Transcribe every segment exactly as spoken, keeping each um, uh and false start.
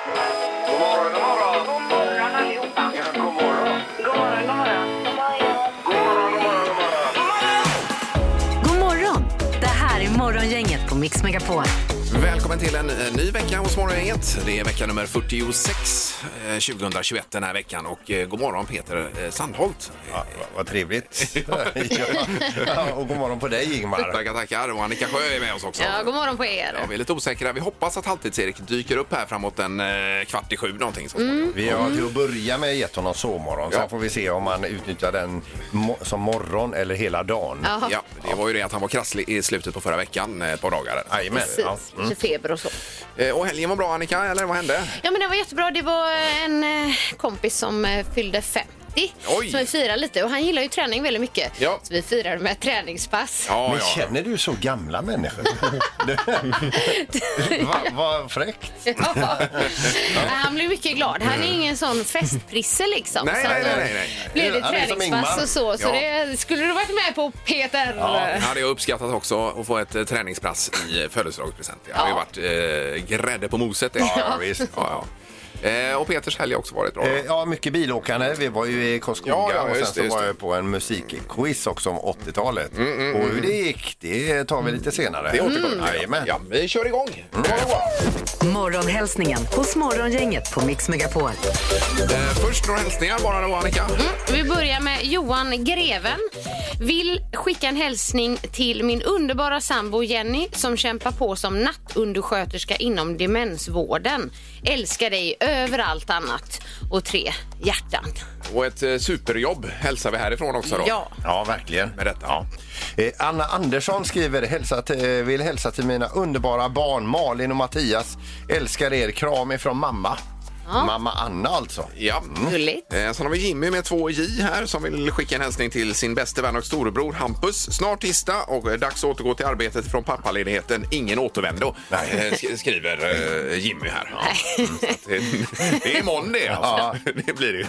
God morgon, god morgon. God morgon allihopa. Ja, god morgon. God morgon, god morgon. God morgon, god morgon, god morgon. God morgon! Det här är Morgongänget på Mix Megapol. Välkommen till en eh, ny vecka hos Morgongänget. Det är vecka nummer fyrtiosex eh, tjugohundratjugoett den här veckan. Och eh, god morgon Peter eh, Sandholt. Ja, vad, vad trevligt. Ja, och god morgon på dig Ingmar. Tackar, tackar. Och Annika Sjö är med oss också. Ja, god morgon på er. Ja, vi är lite osäkra. Vi hoppas att Halvtids-Erik dyker upp här framåt en eh, kvart i sju någonting. Så Mm. Vi har till att börja med gett honom sovmorgon. Sen Ja. får vi se om man utnyttjar den mo- som morgon eller hela dagen. Jaha. Ja, det var ju det att han var krasslig i slutet på förra veckan, eh, ett par dagar. Jajamän. Precis, Ja. Mm. lite feber och så. Eh, och helgen var bra Annika, eller vad hände? Ja, men det var jättebra. Det var en eh, kompis som eh, fyllde femtio. Oj. Så vi firade lite. Och han gillar ju träning väldigt mycket. Ja. Så vi firade med ett träningspass. Ja, Men ja. känner du så gamla människor? Vad va, fräckt. Ja. Han blev mycket glad. Han är ingen sån festprisse liksom. Nej, så nej, att då nej, nej, nej. blev det Han är som träningspass Ingmar. och så. Så Ja. det skulle du varit med på, Peter. Ja, det hade jag uppskattat också att få ett eh, träningspass i födelsedagspresent. Det har ju Ja. varit eh, grädde på moset. Det. Ja, visst. Ja, ja. Eh, och Peters helg har också varit bra. Eh, Ja, mycket bilåkande. Vi var ju i Karlskoga Ja, ja, och sen just det, så just var det. jag på en musikquiz också om åttiotalet. Och hur det gick, det tar vi lite senare. Det återkommer vi till. Jajamän. Ja, vi kör igång. Mm. Morgonhälsningen hos Morgongänget på Mix Megapol. Eh, först några hälsningar bara då, Annika. Vi börjar med Johan Greven. Vill skicka en hälsning till min underbara sambo Jenny som kämpar på som nattundersköterska inom demensvården. Älskar dig över allt annat. Och tre hjärtan. Och ett eh, superjobb hälsar vi härifrån också då. Ja. Ja, verkligen. Med detta. Ja. Eh, Anna Andersson skriver hälsa till, eh, vill hälsa till mina underbara barn Malin och Mattias. Älskar er, kram ifrån mamma. Mamma Anna alltså. Ja. Gulligt. Eh, sen har vi Jimmy med två J här som vill skicka en hälsning till sin bästa vän och storebror Hampus. Snart tisdag och eh, dags att återgå till arbetet från pappaledigheten. Ingen återvändo. Nej. Eh, sk- skriver eh, Jimmy här. Ja. Mm, så att det, det är måndag alltså. Ja. Det blir det ju.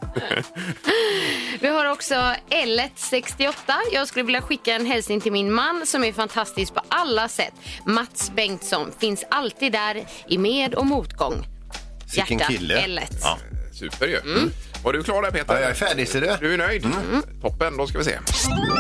Vi har också L ett sextioåtta. Jag skulle vilja skicka en hälsning till min man som är fantastisk på alla sätt. Mats Bengtsson finns alltid där i med- och motgång. Sicken kille. L ett. Ja. Super ju. Mm. Var du klar där Peter? Ja, jag är färdig, ser du. Du är nöjd? Mm. Toppen, då ska vi se.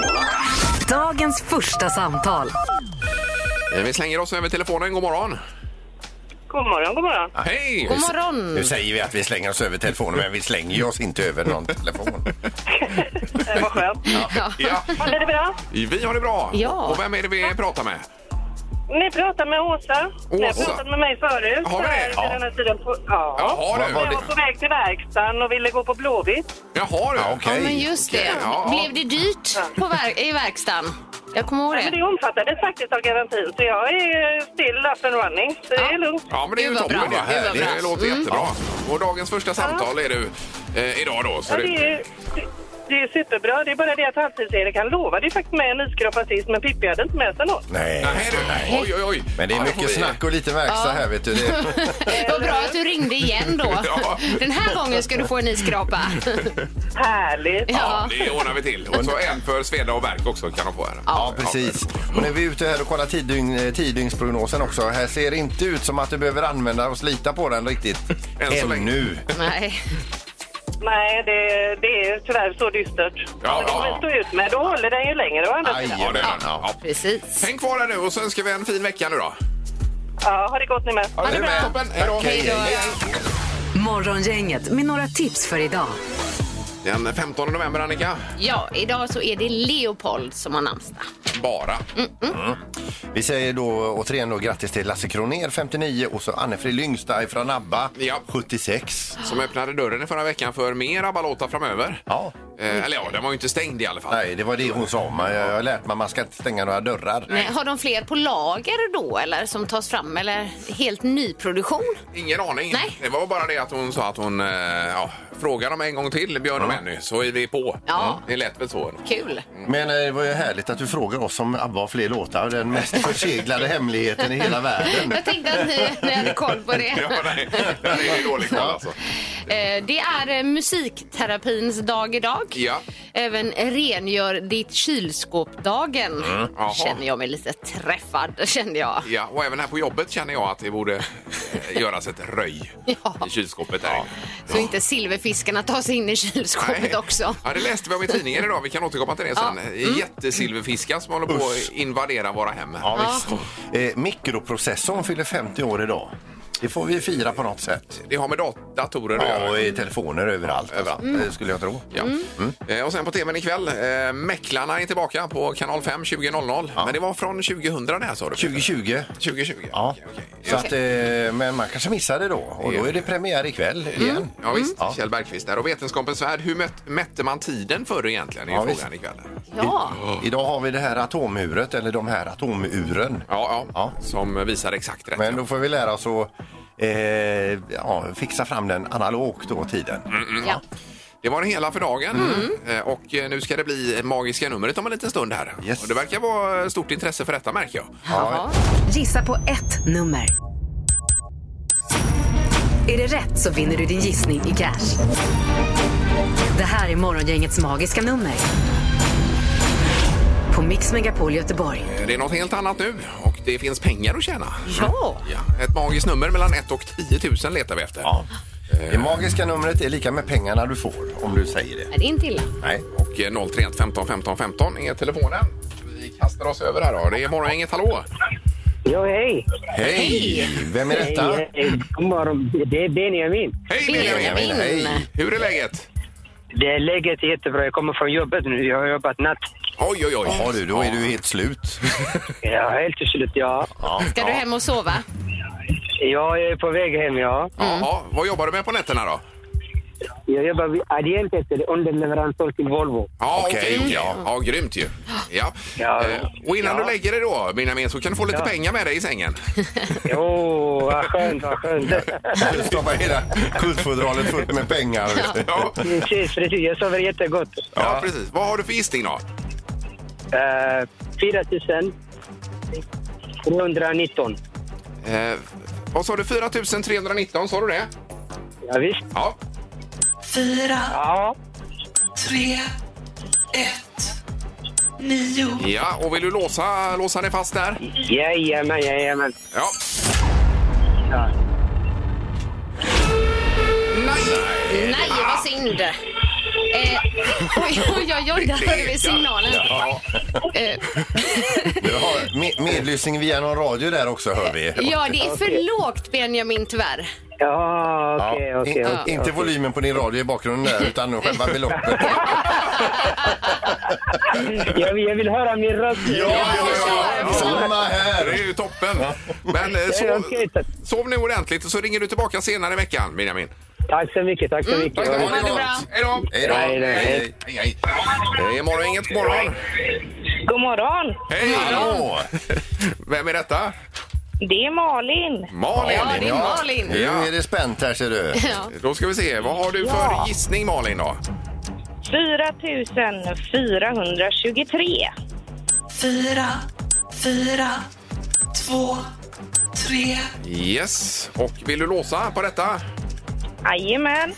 Dagens första samtal. Eh, Vi slänger oss över telefonen. God morgon. God morgon, god morgon. Hej! God morgon. Nu säger vi att vi slänger oss över telefonen, men vi slänger ju oss inte över någon telefon. Det var skönt. Ja. Ja, Har ni det bra? vi har det bra. Ja. Och vem är det vi pratar med? Ni pratar med Åsa. Ni har Åsa. pratat med mig förut. Har vi det? Här, Ja. Den här tiden på, ja. Jaha, Vad du. var Jag var på väg till verkstaden och ville gå på Blåvitt. Jaha, du. Ja, okej. Ja, men just det. Okej, ja. Blev det dyrt på ver- i verkstaden? Jag kommer ihåg Men det. det omfattades faktiskt av garantin, så jag är still up and running. Så det Ja. är lugnt. Ja, men det är ju Gud, vad toppen. bra. Det, Gud, vad det, bra. det låter Mm. jättebra. Och dagens första samtal är du eh, idag då. Så Ja, det, det, är, det, det är superbra. Det är bara det att Halvtids-Erik kan lova. Det är faktiskt med en nyskrapa sist, men Pippi hade inte med sig något. Nej. Nej, du. Oj, oj, oj. Men det är Ja, mycket får vi- snack och lite verkstad här, vet du. Det. Vad bra att du ringde igen då. Ja. Den här gången ska du få en isskrapa. Härligt. Ja, Ja. det ordnar vi till. Och så en för sveda och verk också kan de få här. Ja, precis. Och nu är vi ute här och kollar tiddygn, tiddygnsprognosen också. Här ser det inte ut som att du behöver använda och slita på den riktigt. Än så länge. Ännu. Nej. Nej, det, det är tyvärr så dystert. Ja, Men det får ja. vi stå ut med. Då håller den ju längre å andra Aj, sidan. Ja, det är den. Ja. Ja. Precis. Häng kvar där nu och så önskar vi en fin vecka nu då. Ja, ha det gott ni med. Ha det bra. Toppen. Hej då. Hej då. Morgongänget med några tips för idag. Den femtonde november, Annika. Ja, idag så är det Leopold som har namnsdag. Bara. Vi säger då återigen då grattis till Lasse Kroner, femtionio, och så Anne-Frid Lyngstad från ABBA, Ja. sjuttiosex. Som öppnade dörren i förra veckan för mer ABBA-låtar framöver. Ja. Eh, eller ja, den var ju inte stängd i alla fall. Nej, det var det hon sa. Men jag har lärt mig att man ska inte stänga några dörrar. Nej, har de fler på lager då eller som tas fram eller helt nyproduktion? Ingen aning. Nej. Det var bara det att hon sa att hon eh, ja, frågar dem en gång till, Björn och Benny, så är vi på. Ja. Det lät väl så. Kul. Men eh, det var ju härligt att du frågar oss om ABBA har fler låtar. Den mest förseglade hemligheten i hela världen. Jag tänkte att ni, ni hade koll på det. Ja, nej, det är ju dålig koll alltså. Eh, det är eh, musikterapins dag idag. Ja. Även rengör ditt kylskåp-dagen. Jaha. Känner jag mig lite träffad, kände jag. Ja, och även här på jobbet känner jag att det borde eh, göras ett röj Ja. i kylskåpet där. Så inte silverfiskarna tar sig in i kylskåpet Nej. också. Ja, det läste vi om i tidningen idag. Vi kan återkomma till det sen. Mm. Jättesilverfiskar som håller på att invadera våra hem. Ja, visst. Eh, mikroprocessorn fyller femtio år idag. Det får vi fira på något sätt. Det har med dat- datorer att Ja, göra. och i telefoner överallt. Överallt. Alltså. Det skulle jag tro. Ja. Eh, Och sen på tvn ikväll, eh, Mäklarna är tillbaka på kanal fem tjugo noll noll. Men det var från tjugohundra det här, sa du? tjugo tjugo. tjugo tjugo? Ja. Okej, okej. Så att, eh, men man kanske missar det då. Och då är det premiär ikväll igen. Ja visst, Ja. Kjell Bergqvist där. Och Vetenskapens värld, hur mätt, mätte man tiden förr egentligen? Är ju Ja, frågan ikväll. Ja. Idag har vi det här atomuret, eller de här atomuren. Ja, ja, Ja. som visar exakt rätt. Men ja. då får vi lära oss att eh, ja, fixa fram den analogt då, tiden. Ja. Det var det hela för dagen. Eh, Och eh, nu ska det bli magiska numret om en liten stund här. Yes. Och det verkar vara stort intresse för detta, märker jag. Jaha. Gissa på ett nummer. Är det rätt så vinner du din gissning i cash. Det här är Morgongängets magiska nummer. På Mix Megapol Göteborg. Eh, Det är något helt annat nu och det finns pengar att tjäna. Ja. Ja, ett magiskt nummer mellan ett och tio tusen letar vi efter. Ja. Det magiska numret är lika med pengarna du får, om du säger det. Nej, det är inte illa. Nej. Och eh, noll tre ett femton femton femton är telefonen. Vi kastar oss över här då. Det är Morgongänget, hallå! Ja, hej. Hej! Vem är detta? Hej, hej. God morgon. Det är Benjamin. Hej Benjamin! Benjamin. Hej. Hur är läget? Det är läget jättebra. Jag kommer från jobbet nu. Jag har jobbat natt. Oj, oj, oj. Ja du, då är du helt slut. Ja, helt till slut, ja. Ja. Ska du hem och sova? Jag är på väg hem, ja. Jaha, vad jobbar du med på nätterna då? Jag jobbar vid Adient, underleverantör till Volvo. Ja, okej. Okej, okej. ja. Ja, grymt ju. Ja. Ja. Eh, och innan Ja. du lägger dig då, Benjamin, så kan du få lite Ja. pengar med dig i sängen. Jo, vad skönt, vad skönt. Du stoppar hela kudfodralet fullt med pengar. Ja. Precis, precis. Jag sover jättegott. Ja, precis. Vad har du för gissning då? Uh, fyra tusen trehundranitton. Eh, vad sa du? fyra tusen trehundranitton, sa du det? Ja, visst. Ja. Fyra, Ja. tre, ett, nio. Ja, och vill du låsa, låsa dig fast där? Jajamän, jajamän. Ja. Ja. Nej! Nej, vad synd. Eh, oj, oj, oj, oj, där hörde vi signalen. Ja. Eh, Du har med, medlyssning via någon radio där också, hör vi. ja, det är för lågt, Benjamin, tyvärr. Ja, okej, Ja, okej. in- okej, inte okej. volymen på din radio i bakgrunden där, utan själva beloppet. Jag vill, jag vill höra min röst. Samma Det här! är ju toppen. Men eh, Ja, sov, okej, tack. sov nu ordentligt och så ringer du tillbaka senare i veckan, Benjamin. Tack så mycket, tack så mycket. Tack, Ha det gott. bra. Hej då! Hej då! Hej då, hej. Hej, hej. Det är Morgongänget, god morgon. God morgon. Hej! Åh, Vem är detta? Det är Malin. Malin. Ja, det är Malin. nu är det spänt här, ser du. Ja. Då ska vi se, vad har du för Ja. gissning, Malin då? fyra tusen fyrahundratjugotre. Fyra, fyra, två, tre. Yes, och vill du låsa på detta? Jajamän.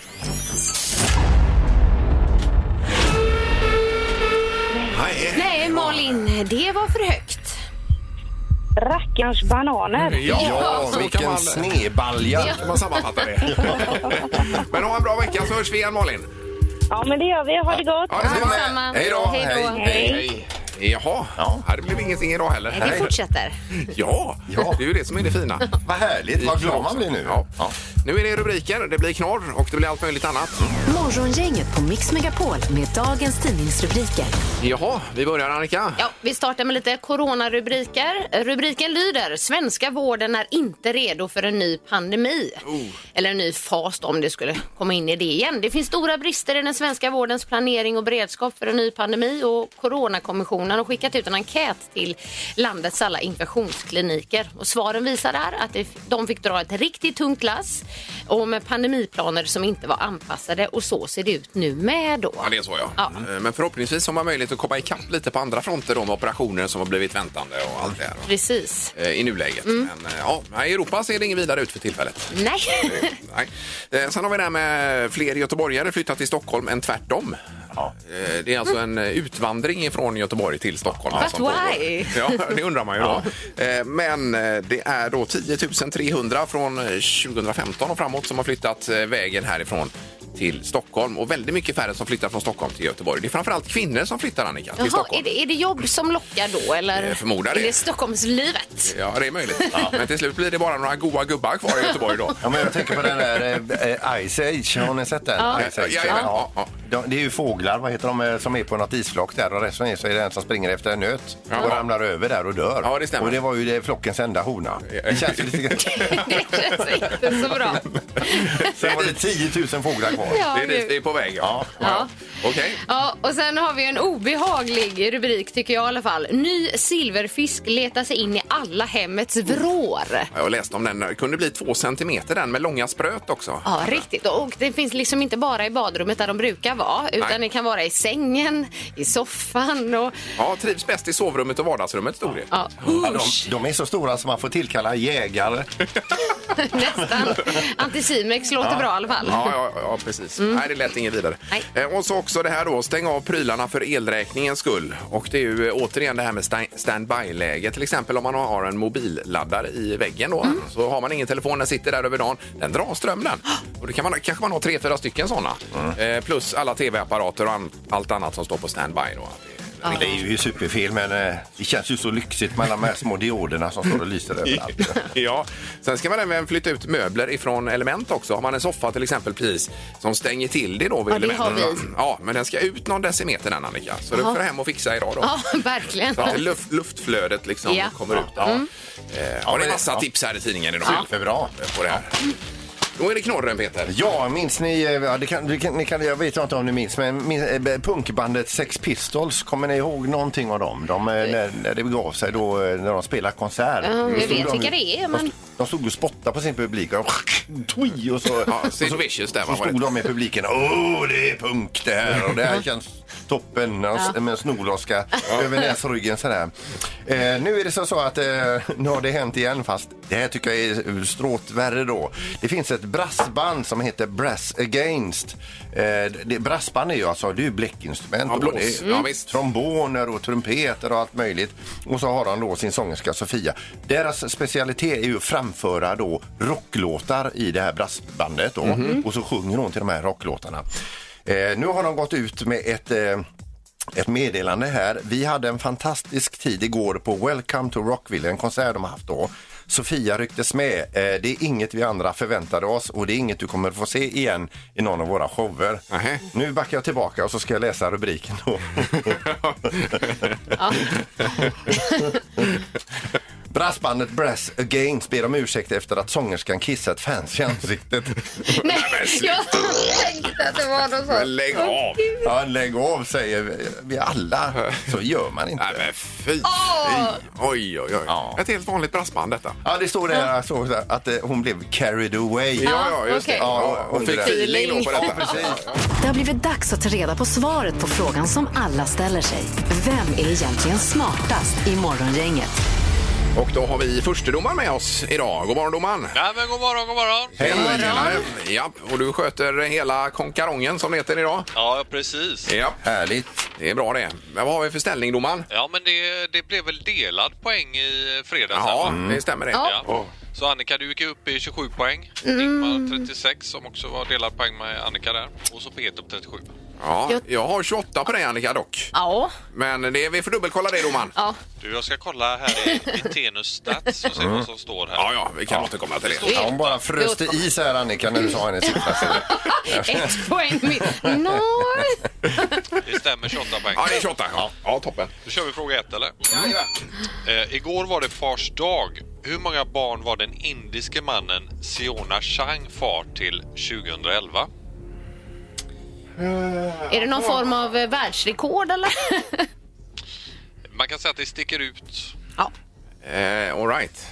Nej. Nej, Malin, det var för högt. Rackarns bananer. Ja, så kan vilken man, snebalja. kan man sammanfatta det. Men ha en bra vecka så hörs vi igen, Malin. Ja, men det gör vi. Ha det gott. Ja, det ska vi Detsamma. med. Hej då. Hej då. Hej, hej. Jaha, Ja. ja. det blev ingenting idag heller. Vi fortsätter. Ja, Ja. det är ju det som är det fina. Vad härligt, vad glad man blir nu. Ja. Ja. Nu är det rubriker, det blir knorr och det blir allt möjligt annat. Morgongänget på Mix Megapol med dagens tidningsrubriker. Jaha, vi börjar Annika. Ja, vi startar med lite coronarubriker. Rubriken lyder: Svenska vården är inte redo för en ny pandemi. Oh. Eller en ny fas om det skulle komma in i det igen. Det finns stora brister i den svenska vårdens planering och beredskap för en ny pandemi och Coronakommissionen Folkhälsomyndigheten och skickat ut en enkät till landets alla infektionskliniker. Och svaren visar där att det, de fick dra ett riktigt tungt lass och med pandemiplaner som inte var anpassade, och så ser det ut nu med då. Ja, det är så ja. Ja. Men förhoppningsvis har man möjlighet att komma ikapp lite på andra fronter då, med operationer som har blivit väntande och allt det här. Precis. I nuläget. Mm. Men ja, i Europa ser det ingen vidare ut för tillfället. Nej. Nej. Sen har vi det här med fler göteborgare flyttat till Stockholm än tvärtom. Ja. Det är alltså en utvandring från Göteborg till Stockholm. But why? Ja, det undrar man ju då. Ja. Men det är då tio tusen trehundra från tjugohundrafemton och framåt som har flyttat vägen härifrån till Stockholm, och väldigt mycket färre som flyttar från Stockholm till Göteborg. Det är framförallt kvinnor som flyttar, Annika, till Jaha, Stockholm. Är det, är det jobb som lockar då, eller Jag förmodar det. är det Stockholmslivet? Ja, det är möjligt. Ja. Men till slut blir det bara några goa gubbar kvar i Göteborg då. Ja, men jag tänker på den där äh, Ice Age. Har ni sett den? Ja. Ice Age. Ja, ja, ja. De, det är ju fåglar, vad heter de, som är på något isflak där, och resten är så är det en som springer efter en nöt Ja. och ramlar över där och dör. Ja, det stämmer. Och det var ju det flockens enda hona. Det känns ju lite Det känns inte så bra. Sen var det tio tusen fåglar kvar. Ja, Det är dit vi är på väg. Ja. Ja. Ja. Okej. Ja, och sen har vi en obehaglig rubrik, tycker jag i alla fall. Ny silverfisk letar sig in i alla hemmets vrår. Jag har läst om den. Det kunde bli två centimeter den med långa spröt också. Ja, riktigt. Och det finns liksom inte bara i badrummet där de brukar vara, utan Nej. det kan vara i sängen, i soffan och... Ja, trivs bäst i sovrummet och vardagsrummet, stod det. Ja, Ja, de, de är så stora som man får tillkalla jägare. nästan. Anticimex låter bra i alla fall. Ja, ja, ja precis. Nej, det lät inget vidare. Nej. Eh, och så också det här då, stäng av prylarna för elräkningens skull. Och det är ju eh, återigen det här med sta- standby-läge. Till exempel om man har en mobilladdare i väggen då. Mm. Så har man ingen telefon, den sitter där över dagen. Den drar ström den. Och det kan man, kanske man har tre, fyra stycken sådana. Mm. Eh, plus alla tv-apparater och an- allt annat som står på standby då. Ja. Det är ju superfel, men eh, det känns ju så lyxigt med alla de här små dioderna som står och lyser överallt. Ja, sen ska man även flytta ut möbler ifrån Element också. Har man en soffa till exempel precis som stänger till det då vid Ja, det Element. har vi. Ja, men den ska ut någon decimeter den, Annika. Så du Jaha. får hem och fixa idag då. Ja, verkligen. Så att luft, luftflödet liksom Ja. kommer ut. Ja. Mm. Eh, ja, det är massa tips här i tidningen idag. Superbra. På det här. Då är det knorren, Peter. Ja, minns ni, ja, det kan, det kan, ni kan, jag vet inte om ni minns, men min, eh, punkbandet Sex Pistols, kommer ni ihåg någonting av dem? De, eh, när, när det begav sig då, eh, när de spelade konsert. Ja, jag Då stod vet de, vilka det är, men... De, de stod och spottade på sin publik och, tui, och så, Ja, och Sid så, Vicious där, så vad var stod det? de i publiken. Åh, det är punk det här, och det här känns toppen, ja. Med en snorloska över näsryggen sådär. Eh, nu är det så, så att eh, nu har det hänt igen, fast det här tycker jag är stråt värre då. Det finns ett brassband som heter Brass Against. Eh, det, brassband är ju alltså, det är ju bläckinstrument. Ja, och blås. det är, Ja, visst. tromboner och trumpeter och allt möjligt. Och så har han då sin sångerska Sofia. Deras specialitet är ju att framföra då rocklåtar i det här brassbandet då. Mm-hmm. Och så sjunger hon till de här rocklåtarna. Eh, nu har de gått ut med ett... Eh, Ett meddelande här. Vi hade en fantastisk tid igår på Welcome to Rockville, en konsert de har haft då. Sofia rycktes med. Det är inget vi andra förväntade oss, och det är inget du kommer få se igen i någon av våra shower. Nähä. Nu backar jag tillbaka och så ska jag läsa rubriken då. Brassbandet Brass Against ber om ursäkt efter att sångerskan kissat fans i ansiktet. Nej, jag tänkte att det var något sånt. Men lägg av! Ja, lägg av, säger vi alla. Så gör man inte. Nej, men fy! Åh! Oj, oj, oj. Ja. Ett helt vanligt brassband detta. Ja, det står där så att eh, hon blev carried away. Ja, ja, just det. okej. Ja, hon fick feeling då på detta. Precis. Det har blivit dags att ta reda på svaret på frågan som alla ställer sig. Vem är egentligen smartast i Morgongänget? Och då har vi förstedomaren med oss idag. God morgon, domaren. Ja, men god morgon, god morgon. Hej, tjenare. Ja, och du sköter hela konkarongen som det heter idag. Ja, precis. Ja, Härligt. det är bra det. Men vad har vi för ställning, domaren? Ja, men det, det blev väl delad poäng i fredags. Ja, här, va? det stämmer det. Ja. Ja. Så Annika, du gick upp i tjugosju poäng. Ingmar trettiosex, som också var delad poäng med Annika där. Och så Peter på trettiosju. Ja, jag har tjugoåtta på dig, Annika, dock. Ja. Men det, vi får dubbelkolla det, domaren. Ja. Du, jag ska kolla här i, i Tenus Stats och se vad som står här. Ja, ja, vi kan återkomma till det. Ja, hon bara fröste i sig här, Annika, när du sa hennes siffra. Ett poäng mitt. No. Det stämmer, tjugoåtta poäng. Ja, det är tjugoåtta. Ja, ja toppen. Då kör vi fråga ett, eller? Jajamän. Eh, igår var det fars dag. Hur många barn var den indiske mannen Siona Chang far till tjugohundraelva? Är det någon form av eh, världsrekord eller? Man kan säga att det sticker ut. Ja. Eh, all right.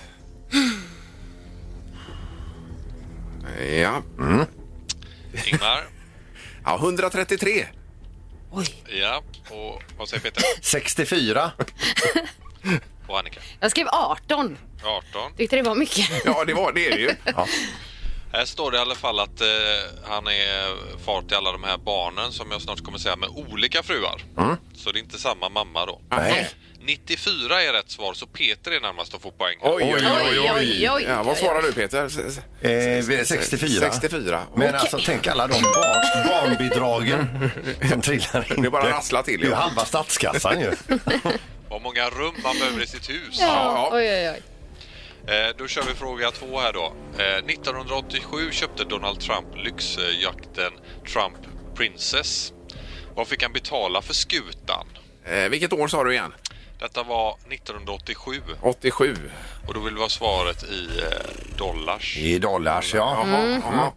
Ja. Mm. Ingmar? Ja, hundratrettiotre. Oj. Ja, och vad säger Peter? sextiofyra. Och Annika? Jag skrev arton. arton. Tyckte det var mycket. Ja, det var det är det ju. Ja. Här står det i alla fall att eh, han är far till alla de här barnen som jag snart kommer säga med olika fruar. Mm. Så det är inte samma mamma då. Nej. nittiofyra är rätt svar, så Peter är närmast att få poäng. Oj, oj, oj, oj. oj, oj. Ja, vad svarar du, Peter? Eh, sextiofyra. sextiofyra. Men alltså, tänk alla de bar- barnbidragen som trillar in. Det bara rasslar till. Det är ju Ja. halva statskassan ju. Vad många rum man behöver i sitt hus. Ja. Oj, oj, oj. Eh, då kör vi fråga två här då. Eh, nittonhundraåttiosju köpte Donald Trump lyxjakten Trump Princess. Vad fick han betala för skutan? Eh, vilket år sa du igen? Detta var nittonhundraåttiosju. åttiosju. Och då vill vi ha svaret i eh, dollars. I dollars, ja. Jaha, jaha.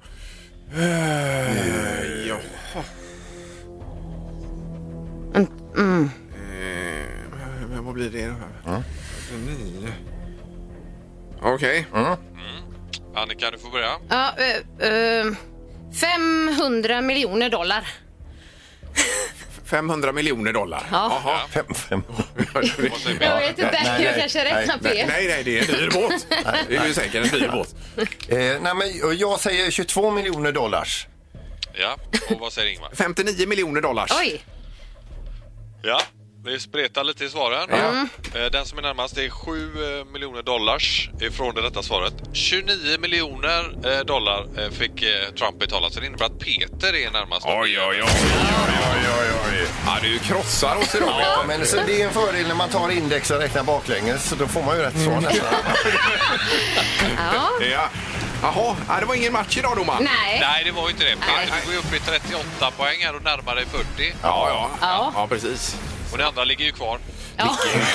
Eh, jaha. Mm. Eh, men vad blir det då? Mm. Okej. Mm. Mm. Annika, du får börja. Ja, eh, eh, femhundra miljoner dollar. femhundra miljoner dollar. Ja. Jaha. Fem, fem. Vad säger Jag Peter? vet inte, Nej, nej, jag kanske räknar Nej, fel. nej, nej, det är en dyr båt. Det är ju säkert en dyr båt. Eh, nej, men jag säger tjugotvå miljoner dollars. Ja, och vad säger Ingmar? femtionio miljoner dollar. Oj, Ja, vi spretar lite i svaren. Ja. Eh, Den som är närmast är sju miljoner dollars ifrån det rätta svaret. tjugonio miljoner eh, dollar eh, fick eh, Trump betala, så det innebär att Peter är närmast. Oj, oj, oj, oj, oj, oj, oj. Ja, du krossar oss idag. Ja, men så det är en fördel när man tar index och räknar baklänges, så då får man ju rätt svar nästan. ja. Ja. Jaha, ja, det var ingen match idag, domaren. Nej. Nej, det var ju inte det. Nej. Peter, du går ju upp i trettioåtta poäng här och närmare dig fyrtio. Ja, ja, Ja. ja, precis. Och det andra ligger ju kvar. Ja,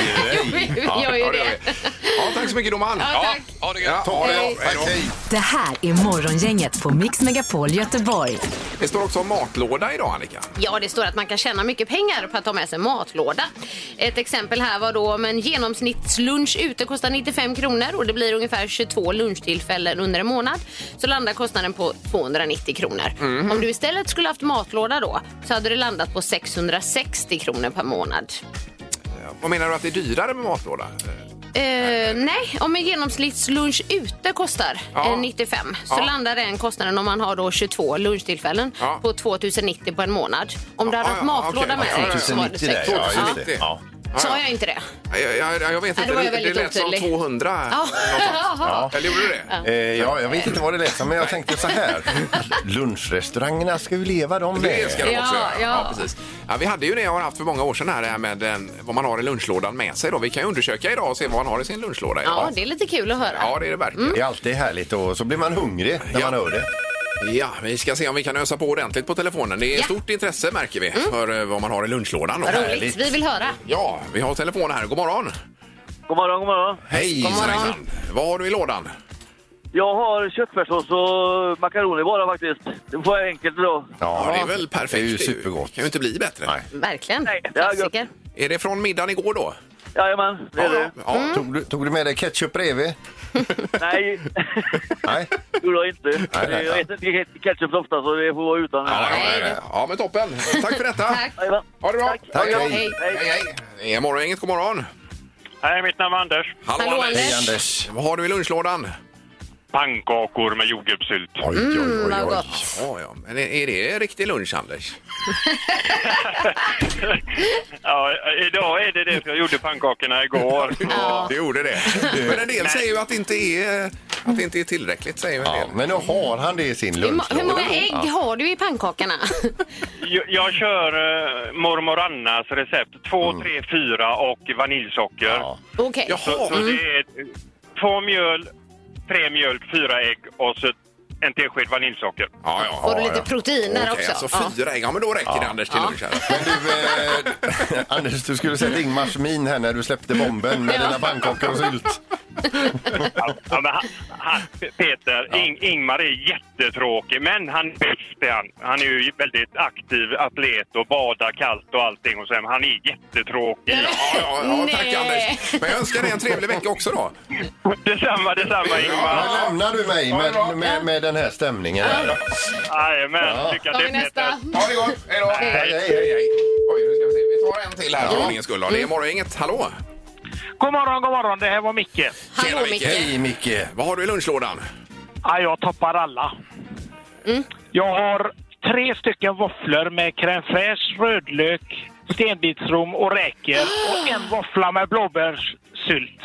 vi Ja, gör ju ja, det det. gör vi. Ja, tack så mycket, domaren. Ja, Ja, tack. ha det Ja, gött. ha det bra. Hej. Hej då. Okej. Det här är Morgongänget på Mix Megapol Göteborg. Det står också matlåda idag, Annika. Ja, det står att man kan tjäna mycket pengar på att ta med sig matlåda. Ett exempel här var då om en genomsnittslunch ute kostar nittiofem kronor och det blir ungefär tjugotvå lunchtillfällen under en månad. Så landar kostnaden på tvåhundranittio kronor. Mm. Om du istället skulle haft matlåda då så hade det landat på sexhundrasextio kronor per månad. Vad menar du att det är dyrare med matlåda? Eh, nej, om en genomsnittslunch ute kostar Ja. eh, nittiofem så Ja. landar den kostnaden om man har då tjugotvå lunchtillfällen Ja. på tvåtusennittio på en månad. Om du hade Ja, haft ja, matlåda okej. med Ja, dig så var det tvåtusennittio där, sex. ja, just tvåtusennittio. det. Ja. Sa jag inte det? Jag, jag, jag vet Ja, inte, då var jag det, det väldigt lät som otydlig. tvåhundra. Ja. Ja. Eller gjorde du det? Eh, ja, jag vet inte vad det lät som, men jag tänkte så här. Lunchrestaurangerna ska ju leva de med. Det ska de Ja, också göra. Ja. ja. precis. Ja, vi hade ju det jag har haft för många år sedan här, det här med en, vad man har i lunchlådan med sig. Då. Vi kan ju undersöka idag och se vad man har i sin lunchlåda idag. Ja, det är lite kul att höra. Ja, det är det verkligen. Det är alltid härligt och så blir man hungrig när Ja. man hör det. Ja, vi ska se om vi kan ösa på ordentligt på telefonen. Det är Ja. stort intresse märker vi för eh, vad man har i lunchlådan. Vad roligt, vi vill höra. Ja, vi har telefon här. God morgon. God morgon, god morgon. Hej, God morgon. hejsan. Vad har du i lådan? Jag har köttfärssås och makaroner bara faktiskt. Det får jag enkelt idag. Ja, det är väl perfekt. Det är ju supergott. Kan ju inte bli bättre. Nej. Verkligen. Nej, det är gott. Klassiker. Är det från middagen igår då? Jajamän, det är det. Ja, Mm. Tog, du, tog du med dig ketchup bredvid? Nej, Nej. det gjorde jag inte. nej, nej. Jag äter inte ketchup så ofta så det får vara utan. ja, Nej, ja, ja. ja, men toppen. Tack för detta. Tack. Jajamän. Ha det bra. Tack. Tack, Ja, hej. Hej. Hej, hej. Det är morgongänget. God morgon. Hej, mitt namn är Anders. Hallå, Hallå, Anders. Hej Anders. Vad har du i lunchlådan? Pannkakor med jordgubbssylt. Oj, oj, oj, Mm, vad oj. gott. Ja, ja. Men är- är det riktig lunch, Anders? Ja, idag är det det, för jag gjorde pannkakorna igår. Ja. Du gjorde det. Men en del säger ju att det inte är, att det inte är tillräckligt, säger en Ja, del. men nu har han det i sin Hur, mo- lunchlåda. hur många ägg har du i pannkakorna? Jag, jag kör uh, mormor Annas recept. Två, tre, fyra och vaniljsocker. Ja. Okej. Jaha. Så det är eh, två mjöl, tre mjölk, fyra ägg och så en tesked vaniljsocker. Ja, ja. Får du ja, lite ja. protein där Okej, också? alltså fyra ägg. Ja, men då räcker det, Anders, till lunch här. Men du, eh, Anders, du skulle sett Ingmars min här när du släppte bomben med Ja. dina pannkakor och sylt. Ja, ja, men han, han, Peter, Ja. Ing, Ingmar är jättetråkig, men han är han. Han är ju väldigt aktiv atlet och badar kallt och allting. Och sen, han är jättetråkig. Ja, ja, ja, tack Nej. Anders. Men jag önskar dig en trevlig vecka också då. Detsamma, detsamma Ingmar. Men lämnar du mig med, med, med den här stämningen? Här? Jajamän, Ja. lycka Tar vi till nästa. Peter. Ha det gott. Hej då. Hej, hej, hej. Oj, nu ska vi se. Vi tar en till här för ordningens skull. Då. Det är morgongänget. Hallå. God morgon, god morgon. Det här var Micke. Hallå Micke. Hej Micke. Vad har du i lunchlådan? Ja, jag toppar alla. Jag har tre stycken våfflor med crème fraîche, rödlök, stenbitsrom och räkor. Och en våffla med blåbärssylt.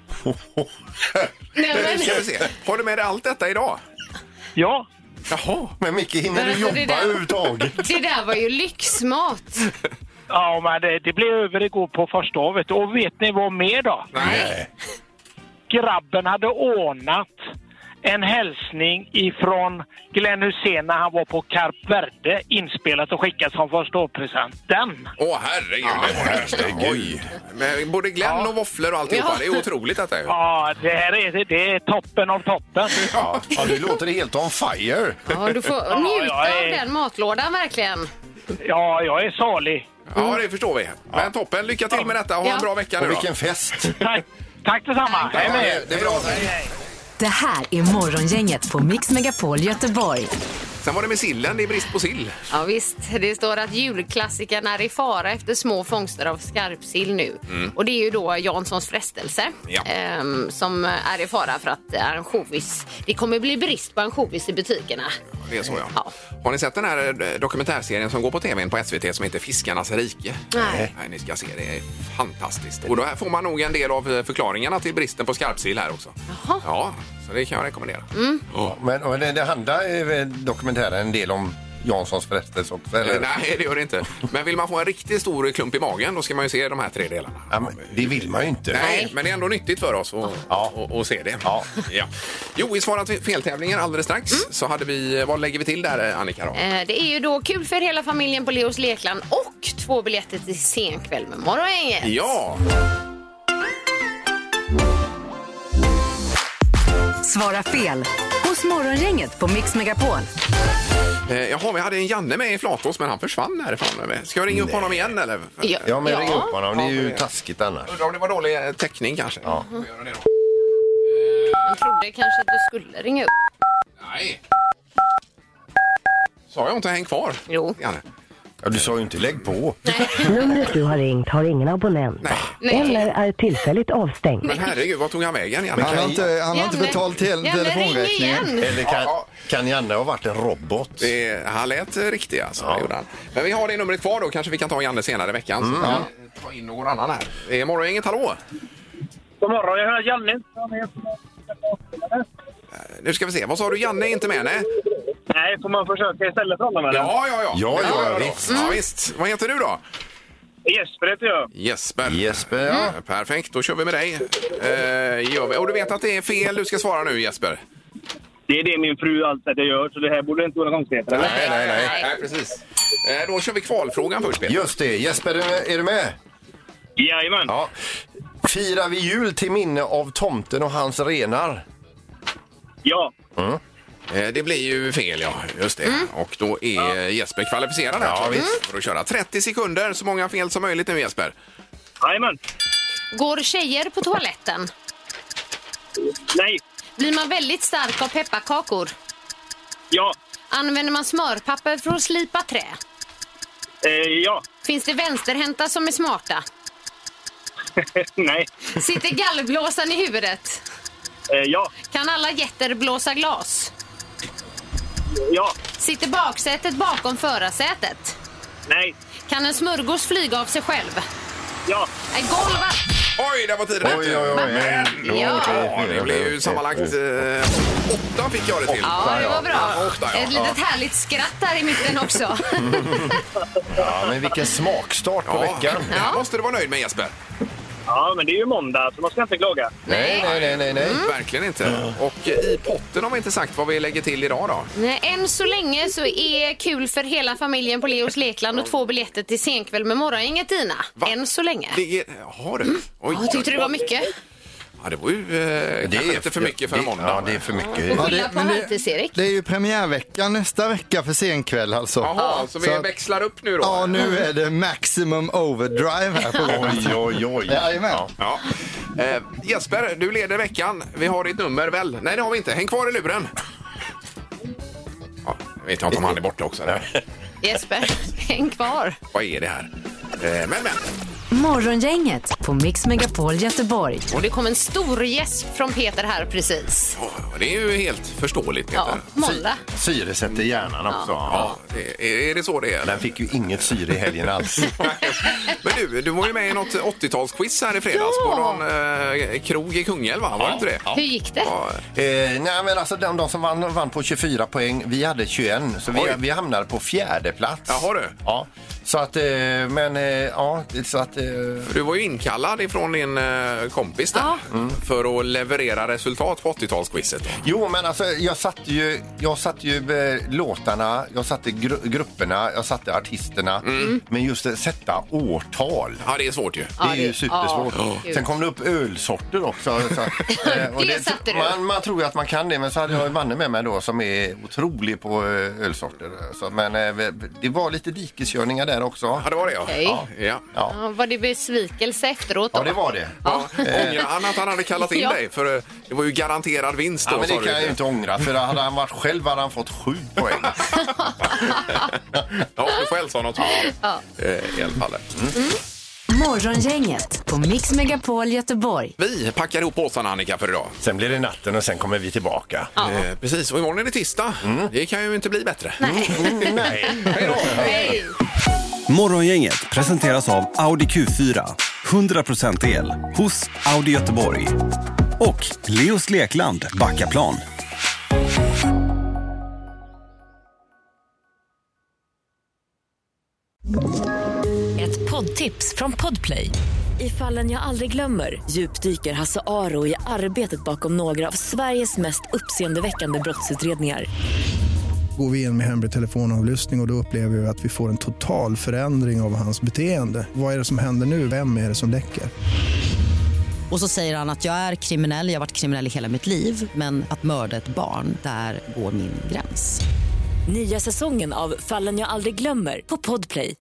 Nej, Nu men, ska vi se. Har du med dig allt detta idag? Ja. Jaha. Men Micke, hinner Men du alltså, det jobba där- överhuvudtaget? det där var ju lyxmat. Ja, men det, det blev över igår på första året. Och vet ni vad mer då? Nej. Grabben hade ordnat en hälsning ifrån Glenn Hussein när han var på Kap Verde, inspelat och skickat som första årspresent. Den! Åh, herregud. herregud. Oj. Men både Glenn och våfflor och alltihopa. Ja. Det är otroligt detta ju. Ja, det här är, det är toppen av toppen. Ja, ja, du låter helt on fire. Ja, du får Ja, njuta jag är- av den matlådan verkligen. Ja, jag är salig. Ja, det förstår vi. Men toppen. Lycka till med detta och ha Ja. en bra vecka Och nu då. vilken fest. Tack, tack detsamma. Hej Ja, med det, er. det är bra. Det här är Morgongänget på Mix Megapol Göteborg. Sen var det med sillen. Det är brist på sill. Ja visst, det står att julklassiken är i fara efter små fångster av skarpsill nu. Och det är ju då Janssons frestelse Ja. ehm, som är i fara för att ansjovis, det kommer bli brist på ansjovis i butikerna. Det är så, ja. Ja. Har ni sett den här eh, dokumentärserien som går på tvn på S V T som heter Fiskarnas rike? Nej. Nej, ni ska se. Det är fantastiskt. Och då här får man nog en del av eh, förklaringarna till bristen på skarpsill här också. Jaha. Ja, så det kan jag rekommendera. Ja. Men och det, det handlar eh, dokumentären en del om Janssons frestelse också, eller? Eh, Nej, det gör det inte. Men vill man få en riktigt stor klump i magen då ska man ju se de här tre delarna. Ja, men det vill man ju inte. Nej, men det är ändå nyttigt för oss att Ja. och, och se det. Ja. Ja. Jo, vi svarar till feltävlingen alldeles strax. Så hade vi, vad lägger vi till där, Annika? Då? Eh, det är ju då kul för hela familjen på Leos Lekland och två biljetter till senkväll med Morgongänget. Ja, Svara fel hos Morgongänget på Mix Megapol. eh, jaha, vi hade en Janne med i Flatås men han försvann härifrån. Ska jag ringa upp honom igen eller? Ja, Ja, men ring upp honom. Det är Ja, ju det- taskigt annars. Undrar om det var dålig eh, täckning kanske? Ja. Får göra det då. Jag trodde kanske att du skulle ringa upp. Nej. Sa jag inte häng kvar? Jo. Janne. Ja, du sa ju inte lägg på. Numret du har ringt har ingen abonnent. Nej. Nej. Eller är tillfälligt avstängt. Men herregud, vad tog han vägen, Janne? Han har inte, han har inte Janne. betalt till Janne, ring telefonräkningen. igen. Eller kan, Ja, kan Janne ha varit en robot? Det, han lät eh, riktig alltså, Ja. det gjorde han. Men vi har det numret kvar då, kanske vi kan ta Janne senare i veckan. Så kan vi ta in någon annan här. Det är Morgongänget, hallå! God morgon, jag hör Janne. Nu ska vi se, vad sa du, Janne är inte med? Nej, Nej, får man försöka istället för honom eller? ja, ja, ja. Ja, Det ja, gör jag då. visst. Ja, visst. Vad heter du då? Jesper heter jag. Jesper. Jesper, ja. Eh, Perfekt, då kör vi med dig. Eh, gör vi. Och du vet att det är fel du ska svara nu, Jesper? Det är det min fru alltid gör, så det här borde inte vara konstigheter, eller? Nej, nej, nej. Nej, precis. Eh, då kör vi kvalfrågan först, Peter. Just det. Jesper, är du med? Jajamän. Ja. Firar vi jul till minne av tomten och hans renar? Ja. Eh, Det blir ju fel, ja. Just det. Och då är Jesper kvalificerad här. Ja, visst. För att köra trettio sekunder, så många fel som möjligt nu, Jesper. Jajamän. Går tjejer på toaletten? Nej. Blir man väldigt stark av pepparkakor? Ja. Använder man smörpapper för att slipa trä? Eh, ja. Finns det vänsterhänta som är smarta? Nej. Sitter gallblåsan i huvudet? Eh, ja. Kan alla jätter blåsa glas? Ja. Sitter baksätet bakom förarsätet? Nej. Kan en smörgås flyga av sig själv? Ja. Är golvet... Oj, det var tiden Oj, oj, oj. Men, Ja. ja, det blev ju sammanlagt eh, åtta fick jag det till. Ja, det var bra. Åtta, ja. Ett litet härligt skratt där i mitten också. Ja, men vilken smakstart på Ja, veckan. det här måste du vara nöjd med, Jesper. Ja, men det är ju måndag, så man ska inte klaga. Nej, nej, nej, nej, nej. Verkligen inte. Och eh, i potten har vi inte sagt vad vi lägger till idag då. Nej, än så länge så är kul för hela familjen på Leos Lekland och två biljetter till senkväll med Morgongänget, Tina. Va? Än så länge. Det är... Har du? Oj, Ja, tyckte du det var mycket? Ja, det var ju eh, det är lite för mycket för en måndag. Ja, det är för mycket. Ja, det, men det, det är ju premiärveckan nästa vecka för senkväll alltså. Jaha, så vi så växlar upp nu då? Ja, nu är det maximum overdrive här på gång. Oj, oj, oj. Jajamän. Ja. Ja. Eh, Jesper, du leder veckan. Vi har ditt nummer väl? Nej, det har vi inte. Häng kvar i luren. Ja, jag vet inte om han är borta också. Där. Jesper, häng kvar. Vad är det här? Eh, men, men. Morgongänget på Mix Megapol Göteborg. Och det kom en stor gäsp från Peter här precis. Ja, det är ju helt förståeligt, Peter. Ja, måndag. Syresätter hjärnan också. Ja, det, är det så det är? Den fick ju inget syre i helgen alls. Men du, du var ju med i något åttiotalsquiz här i fredags Ja. på någon eh, krog i Kungälv, va? Var det inte det? Ja. Hur gick det? Ja. Eh, nej, men alltså de, de som vann, vann på tjugofyra poäng, vi hade tjugoett, så vi, vi hamnade på fjärde plats. Jaha du. Ja, så att, eh, men eh, ja, så att... Eh... För du var ju inkallad ifrån din eh, kompis där Ja. mm. för att leverera resultat på åttiotalsquizet. Jo, men alltså jag satte ju, jag satte ju eh, låtarna, jag satte gru- grupperna, jag satte artisterna, mm. men just att sätta årtal. Ja, det är svårt ju. Det Ja, är ju det- supersvårt. ja. Sen kom det upp ölsorter också. Så, eh, och Det satte du. man, man tror ju att man kan det, men så hade jag en manne med mig då som är otrolig på eh, ölsorter. Så, men eh, det var lite dikeskörningar där också. Ja, det var det, ja. Okej. Ja. Ja. Ja. Ja, var det besvikelse efteråt då? Ja, det var det. Ja. Ångrar han att han hade kallat in Ja. dig? För eh, det var ju garanterad vinst då. Ja, men sa det du kan jag ju inte ångra, för hade han varit själv hade han fått sju poäng. Ja, du får hälsa honom. Ja. Eh, I alla fall. Mm. Morgongänget på Mix Megapol Göteborg. Vi packar ihop påsarna, Annika, för idag. Sen blir det natten och sen kommer vi tillbaka. Eh, precis, och imorgon är det tisdag. Det kan ju inte bli bättre. Nej. Mm, nej. Hej då! Hej. Morgongänget presenteras av Audi Q fyra. hundra procent el hos Audi Göteborg. Och Leos Lekland Backaplan. Ett poddtips från Podplay. I Fallen jag aldrig glömmer djupdyker Hasse Aro i arbetet bakom några av Sveriges mest uppseendeväckande brottsutredningar. Går vi in med hemlig telefonavlyssning och, och då upplever vi att vi får en total förändring av hans beteende. Vad är det som händer nu? Vem är det som läcker? Och så säger han att jag är kriminell, jag har varit kriminell i hela mitt liv. Men att mörda ett barn, där går min gräns. Nya säsongen av Fallen jag aldrig glömmer på Podplay.